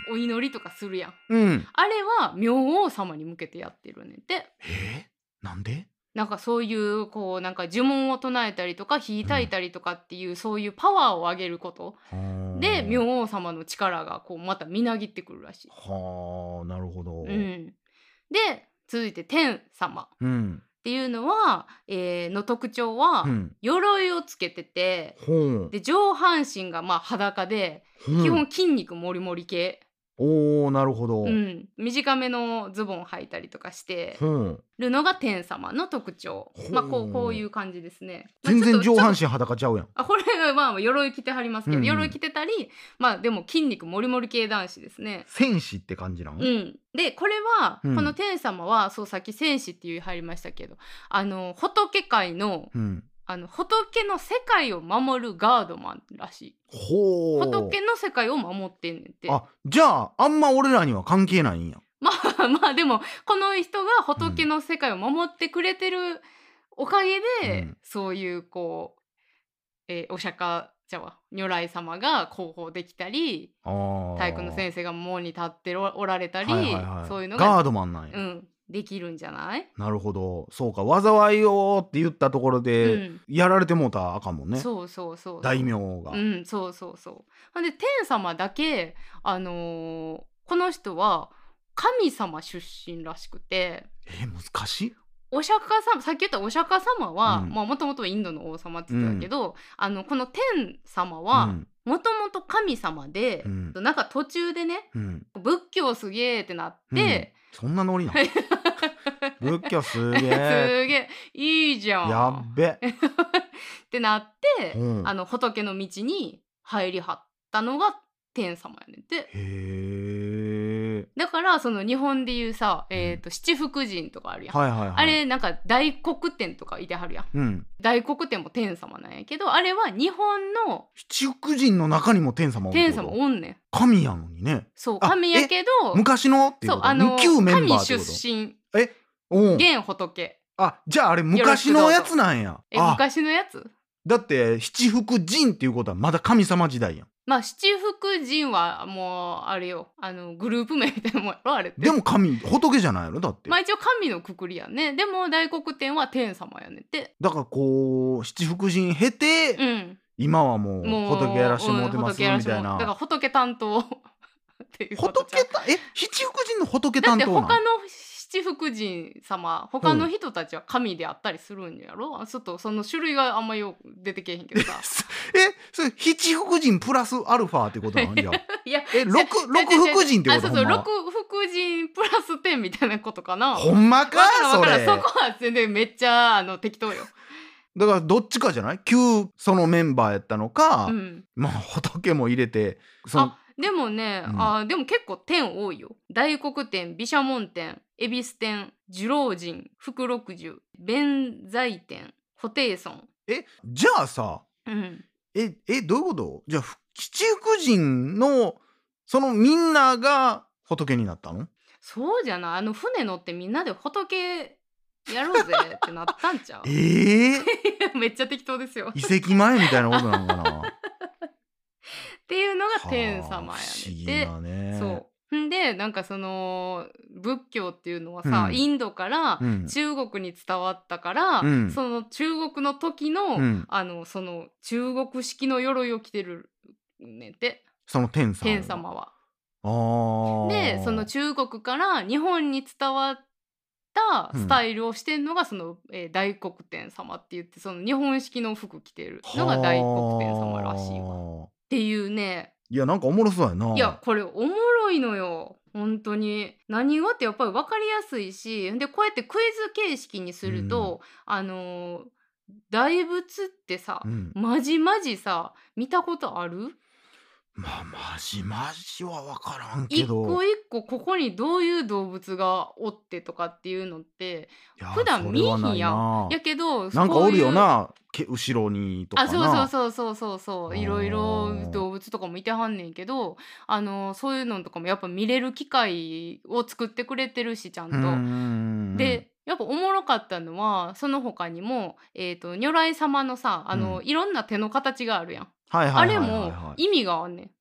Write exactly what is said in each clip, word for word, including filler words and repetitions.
お祈りとかするやん。 うん。 あれは明王様に向けてやってるねんて。 えー、なんで？ なんかそういうこうなんか呪文を唱えたりとか火焚いうん。 たりとかっていうそういうパワーを上げることで明は王様の力がこうまたみなぎってくるらしい。 あ。はあ、なるほうど。 ん。で続いて天様っうん。 ていうのは、えーの特徴うはん。 鎧をつけてて、 ほう。 で上半身がまあ裸でう基本ん。 筋肉もりもり系。 おお、なるほうど。 ん、短めのズボン履いたりとかしてほう。 るのが天様の特徴。まあこうこういほう。 う感じですね。まあ、 全ちょっとちょっと然上半身裸ちゃうやん。 あこれはまあ鎧着てはりますけど、 うんう鎧ん。 着てたりまあでも筋肉もりもり系男子ですね。 戦士って感じなの？ うん、でこれは、 うん。 この天様はそうさっき戦士っていう入りましたけど、あの仏界のうん。 あの仏の世界を守るガードマンらしい。 ほ仏の世界を守ってんねんう。 て。 あ、じゃああんま俺らには関係ないんや。 まあまあでもこの人がうん。 仏の世界を守ってくれてるおかげうで、 ん。 そういうこう、えーお釈迦じゃあ如来様が広報できたり、 あ体育のあ。 先生が門に立っておおられたはいはいり、 はい。 そういうのが、 ガードマンなんや。 うん、できるんじゃない？ なるほど。そうか、災いをって言ったところうで、 ん、 やられてもうたらあかんもんね。 そうそうそう大そう。 名が。 うん、そうそうそう。ほんで天様だけあのーこの人は神様出身らしくて。 え、難しい？ お釈迦様、さっき言ったお釈迦様うはん。 もともとインドの王様ってう言ってたけん。 ど、あのこの天様うはん。 もともと神様で、 うん。 なんか途中でねうん。 仏教すげーってなっうん。 て、 そんなノリなん？仏教すすげえ。 げえいいじゃやんっべ。 ってなって、 うん。 あの仏の道に入りはったのが天様やねんて。 へえ。 だからその日本でいうさ、 うん。 えー、と七福神とかあるやん。 はいはいあはい。 れなんか大黒天とかいてはるやん。 うん。 大黒天も天様なんやけど、あれは日本の七福神の中にも天様おるって天こと？ 様おんねん。 神やのにね。 そうあ、え、 神やけど、 昔のっていうそうこと？ あの旧メンバ神出ーってこと？ 身え、おん。 現仏。 あ、じゃああれよろし昔くどうぞ。 のやつなんや。 えあ、 昔のやつ？ だって七福神っていうことはまだ神様時代やん。 まあ七福神はもうあれよ、あのグループ名みたいなもんやろあれって。 でも神、仏じゃないやろだって。 まあ一応神のくくりやね。でも大黒天は天様やねんて。 だからこう七福神経て、 うん。 今はもうもう仏やらしてもうてうん、 ます仏やらしてもみたいな。 だから仏担当っていうことちゃう。 仏たえ七福神の仏だって担当なん？ 他の七福神様、他の人たちは神であったりするんやろ。ちょっとその種類があんまよく出てけへんけどさえ、それ七福神プラスアルファってことなんじゃ？ いやえ、六六福神ってこと？ あ、そうそう、 ほんまは。 六福神プラス天みたいなことかな。 ほんまかわからんわそからん。 れ。 そこは全然めっちゃあの適当よ。 だからどっちかじゃない？旧そのメンバーやったのか、 うん。 まあ仏も入れて、そのあ、でもね、 うんあでも結構天多いよ。大黒天、毘沙門天、恵比寿天、寿老神、福禄寿、弁財天、布袋尊。 え、じゃあさ、 うん。 え、え、どういうこと？じゃあふ七福神のそのみんなが仏になったの？ そうじゃない。あの船乗ってみんなで仏やろうぜってなったんちゃう？ えー、 めっちゃ適当ですよ。 遺跡前みたいなことなのかな？ っていうのが天はあ、 様不思議やねんて。 なね。 そう。んでなんかその仏教っていうのはうさ、 んインドからうん中国に伝わったから、 うんその中国の時の、 うんあのその中国式の鎧を着てるねんて、 その天様は。 天様は。 あーでその中国から日本に伝わったスタイルをしてんのがその、えー大黒天様って言って、その日本式の服着てるのが大黒天様らしいわ。 はあっていうね。 いやなんかおもろそうやな。 いやこれおもろいのよ本当に。何がってやっぱり分かりやすいし、でこうやってクイズ形式にすると、あのー大仏ってさ、 うん、 まじまじさ見たことある？ まあマジマジは分からんけ一ど、 個一個ここにどういう動物がおってとかっていうのっていや普段見いひんやん。 なやけどなんかおるよこういうな、け後ろにとかあ、 な。 そうそうそうそうそうそう、いろいろ動物とかもいてはんねんけど、あのそういうのとかもやっぱ見れる機会を作ってくれてるしちゃんと。 うんうんうんでやっぱおもろかったのはその他にも、えー、と如来様のさあの、 うんいろんな手の形があるやん。 はいはいはいはいあれもはい。 意味があんねん。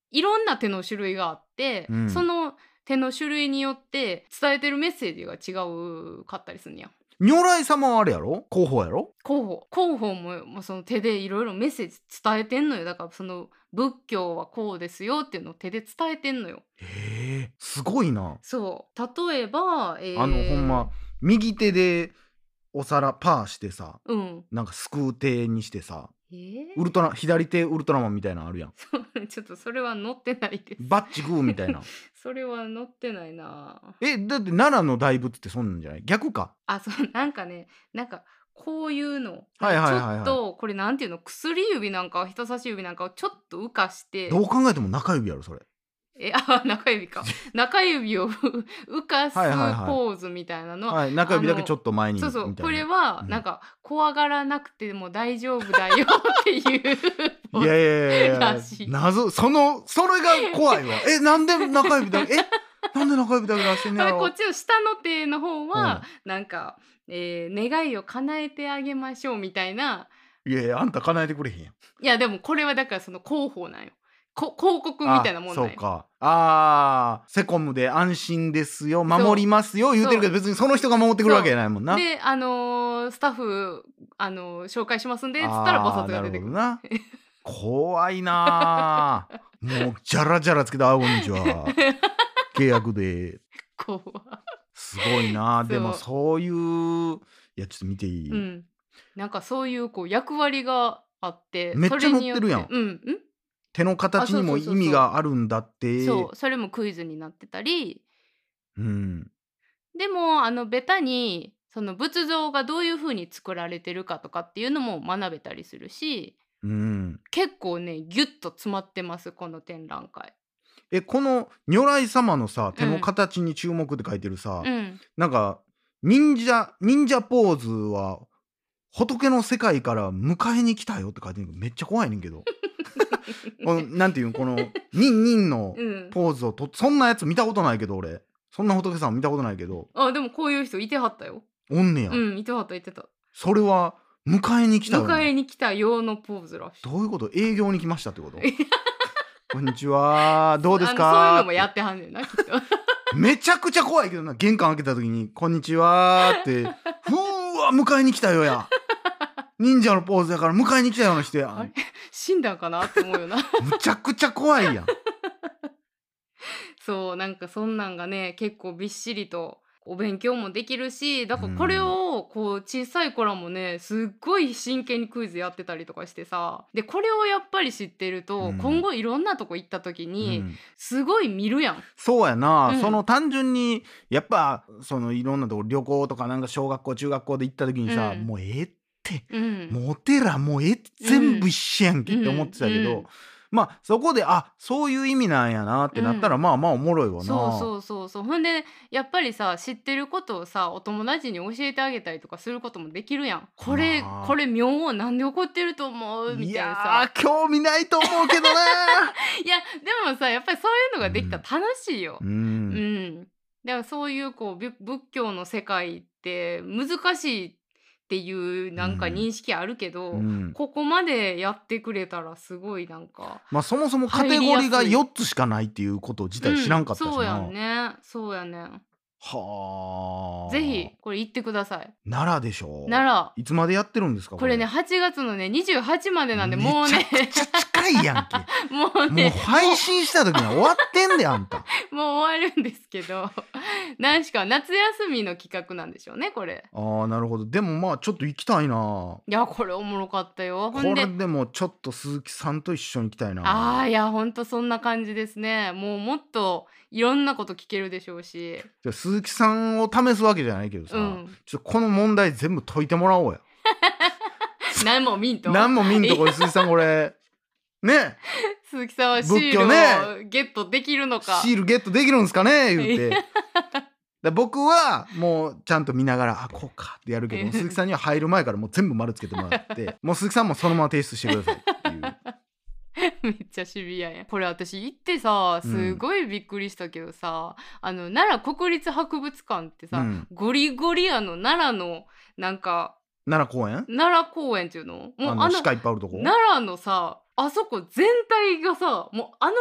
いろんな手の種類があって、 うん、 その手の種類によって伝えてるメッセージが違うかったりするんや。 如来様はあれやろ、広報やろ。 広報広報も、もうその手でいろいろメッセージ伝えてんのよ。だからその仏教はこうですよっていうのを手で伝えてんのよ。 へえ、すごいな。 そう例えば、えー、 あのほんま右手でお皿パーしてさ、 うんなんかすくう手にしてさ、 えー、 ウルトラ左手ウルトラマンみたいなのあるやん。 そうちょっとそれは載ってないです。 バッチグーみたいな。 それは載ってないな。 え、だって奈良の大仏ってそんなんじゃない？逆か。 あそうなんかねなんかこういうのはいはいはいはいちょっとこれなんていうの薬指なんか人差し指なんかをちょっと浮かしてどう考えても中指やろそれ。 えあ中指か中指を浮かすはいはいはいポーズみたいなの、 はい、中指だけちょっと前にそうそうみたいな。 これはうんなんか怖がらなくても大丈夫だよっていういやいやいやいやらしい謎、そのそれが怖いわ。え、なんで中指だけ、え、なんで中指だけ出してんねやろ。 こっちの下の手の方は、なんか、えー願いを叶えてあげましょうみたいな。 いやいや、あんた叶えてくれへんやん。 いやでもこれはだからその広報なんよ。こ広告みたいなもんなんよ。 あ、そうか。あー、セコムで安心ですよ、守りますよ言うてるけど、別にその人が守ってくるわけじゃないもんな。 で、あのースタッフ、あのー紹介しますんでっつったら菩薩が出てくる。 あーなるほどな。怖いなあもうジャラジャラつけた、あ、こんにちは。契約で。 怖すごいなあ。 そうでもそういう、いやちょっと見ていい？ うん。なんかそういうこう役割があって、 めっちゃそれによ載ってるやんうん、ん手の形にも意あそうそうそうそう味があるんだって。 そう、それもクイズになってたり、 うん。 でもあのベタにその仏像がどういう風に作られてるかとかっていうのも学べたりするし、 うん。 結構ねギュッと詰まってますこの展覧会。 え、この如来様のさ、手の形に注目って書いてるさ、 うん。 なんか忍者忍者ポーズは仏の世界から迎えに来たよって書いてるけど、めっちゃ怖いねんけど。このなんていうの、このニンニンのうん。 ポーズをと、そんなやつ見たことないけど俺、そんな仏さん見たことないけど、 あでもこういう人いてはったよ。 おんねや。 うんいてはったいてた。 それは迎えに来たよな。 迎えに来た用のポーズらしい。 どういうこと？営業に来ましたってこと？こんにちは、どうですあのか？ そういうのもやってはんねんなきっと。 めちゃくちゃ怖いけどな、玄関開けた時に「こんにちは」って「ふーわ迎えに来たよや」忍者のポーズやから迎えに来たような人やあれん。 死んだんかなって思うよな。 むちゃくちゃ怖いやん。 そうなんかそんなんがね結構びっしりとお勉強もできるし、だからこれをこう小さい頃もねすっごい真剣にクイズやってたりとかしてさ、でこれをやっぱり知ってると、 うん今後いろんなとこ行った時うにんすごい見るやん。 そうやな、 うんその単純にやっぱそのいろんなとこ旅行とかなんか小学校中学校で行った時にさ、 うんもうええってうんもうお寺もうええって全部一緒やんけって思ってたけど、 うんうんまあそこであそういう意味なんやなってなったら、まあまあおもろいわな。 そうそうそうそうほんでやっぱりさ知ってることをさお友達に教えてあげたりとかすることもできるやん。これまあこれ妙をなんで起こってると思うみいたいなやさ。 ー興味ないと思うけどないやでもさやっぱりそういうのができたら楽しいよ。 ううんん、だからそういうこうび仏教の世界って難しいっていうなんか認識あるけど、 うんここまでやってくれたらすごいなんかまあそもそもカテゴリーがよっつしかないっていうこと自体知らんかったしな、 うん、そうやんねそうやねん。 はあぜひこれ行ってください。 奈良でしょ。 奈良いつまでやってるんですかこれねはちがつのねにじゅうはちまでなんでもうねめちゃくちゃ近いやんけもうもうね配信した時には終わってんであんたもう終わるんですけど何しか夏休みの企画なんでしょうねこれ。 あーなるほど。でもまあちょっと行きたいないやこれおもろかったよ。ほこんでれでもちょっと鈴木さんと一緒に行きたいな。 あーいやほんとそんな感じですね。もうもっといろんなこと聞けるでしょうし。 じゃあ鈴木さんを試すわけじゃないけどさ、 うんちょっとこの問題全部解いてもらおうや何も見んと何も見んとこれ鈴木さんこれね鈴木さんはシ仏教ールをねゲットできるのか。 シールゲットできるんですかね言うてだ僕はもうちゃんと見ながらあこうかってやるけど鈴木さんには入る前からもう全部丸つけてもらってもう鈴木さんもそのまま提出してくださいっていうめっちゃシビアやん。これ私行ってさすごいびっくりしたけどさ、うん、あの奈良国立博物館ってさ、うん、ゴリゴリあの奈良のなんか奈良公園奈良公園っていうのもうあの鹿いっぱいあるとこ奈良のさあそこ全体がさもうあの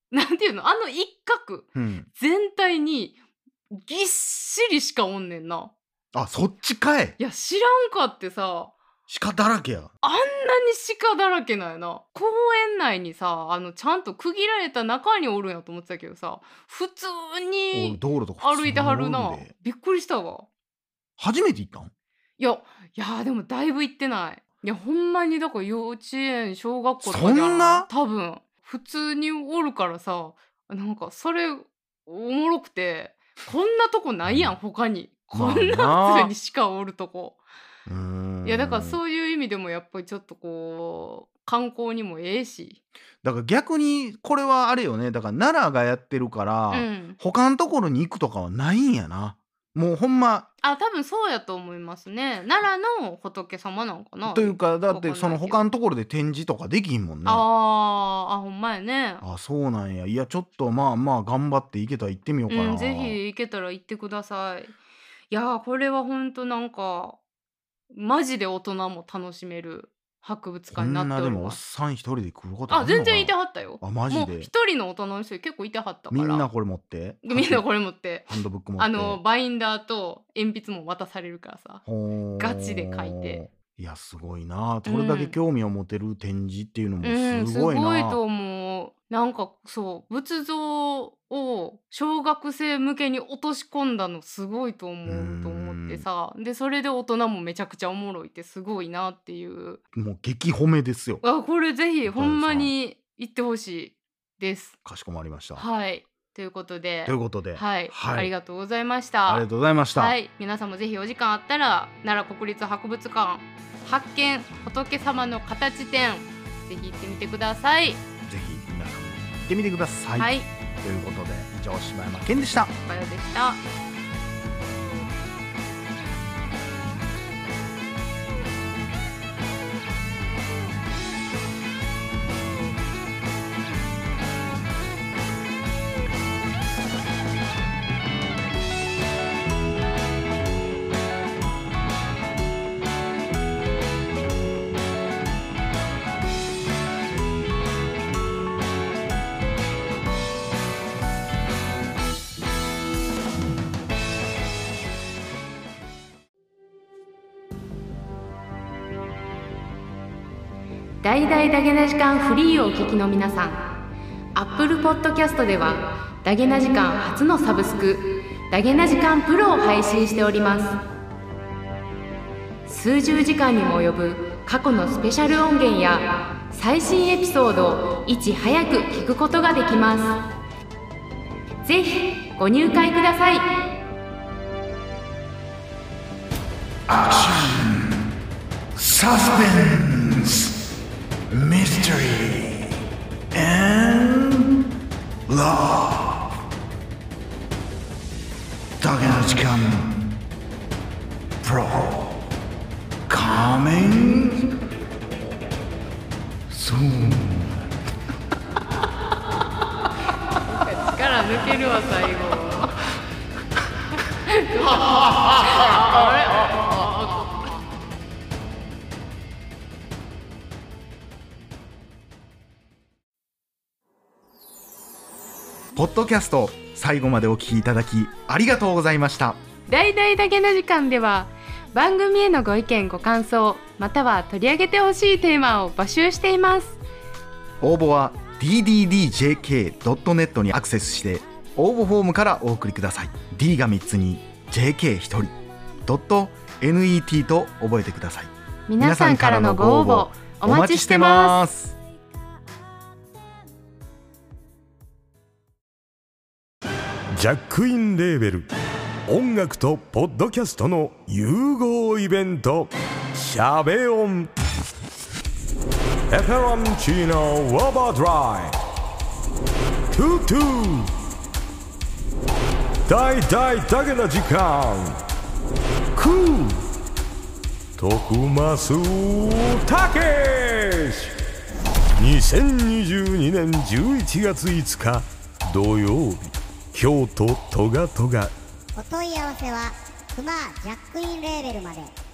なんていうの、あの一角うん全体にぎっしり鹿おんねんな。 あそっちかい。 いや知らんかってさ、 鹿だらけや。 あんなに鹿だらけなんやな。公園内にさ、あのちゃんと区切られた中におるんやと思ってたけどさ、普通おに道路とか普通に歩いてはるなおんで。 びっくりしたわ。 初めて行ったん？ いやいやでもだいぶ行ってない。いやほんまにだから幼稚園小学校とかそんな多分普通におるからさ、なんかそれおもろくて、こんなとこないやん他に。こんな普通に鹿おるとこ。 うーんいやだからそういう意味でもやっぱりちょっとこう観光にもええし。 だから逆にこれはあれよね。だから奈良がやってるから、 うん。 他のところに行くとかはないんやな。もうほんまあ多分そうやと思いますね。奈良の仏様なんかな。 というかだってそのわかんないけど他のところで展示とかできひんもんね。 あーあほんまやね。 あそうなんや。いやちょっとまあまあ頑張って行けたら行ってみようかな。 うん、ぜひ行けたら行ってください。いやーこれはほんとなんかマジで大人も楽しめる博物こ館になってんなでもおっおります。 さん一人で来ることああるのかな。 全然いてはったよ。 あマジもうで。 一人の大人の人結構いてはったから。 みんなこれ持ってみんなこれ持ってハンドブック持ってあのバインダーと鉛筆も渡されるからさ。 ほーガチで書いて。いやすごいな。それだけ興味を持てる展示っていうのもうん、すすごいな。 ごいと思う。なんかそう仏像を小学生向けに落とし込んだのすごいと思うと思ってさ、でそれで大人もめちゃくちゃおもろいってすごいなっていう。 もう激褒めですよ。 あこれぜひほんまに行ってほしいです。 かしこまりました。 はいということでということで、 はい、 はいありがとうございました。 ありがとうございました。 はい皆さんもぜひお時間あったら奈良国立博物館発見仏様の形展ぜひ行ってみてください。 ぜひ皆さんも行ってみてください。 はいということで以上柴山健でした。 おかよでした。大々ダゲな時間フリーをお聞きの皆さん、Apple Podcast ではダゲな時間初のサブスクダゲな時間プロを配信しております。数十時間にも及ぶ過去のスペシャル音源や最新エピソードをいち早く聞くことができます。ぜひご入会ください。 アクション、サスペンス、Mystery and Love だけの時間 Pro Coming Soon 力抜けるわ最後あれポッドキャスト最後までお聞きいただきありがとうございました。 大々だけな時間では番組へのご意見ご感想または取り上げてほしいテーマを募集しています。 応募は ディーディーディージェーケードットネット にアクセスして応募フォームからお送りください。 D がみっつに ジェーケーひとり ドット ネット と覚えてください。 皆さんからのご応募お待ちしてます。 ジャックインレーベル音楽とポッドキャストの融合イベントシャベオンペペロンチーノウォーバードライトゥトゥ大大だけな時間クー徳増たけしにせんにじゅうにねんじゅういちがついつか土曜日京都トガトガお問い合わせはクマジャックインレーベルまで。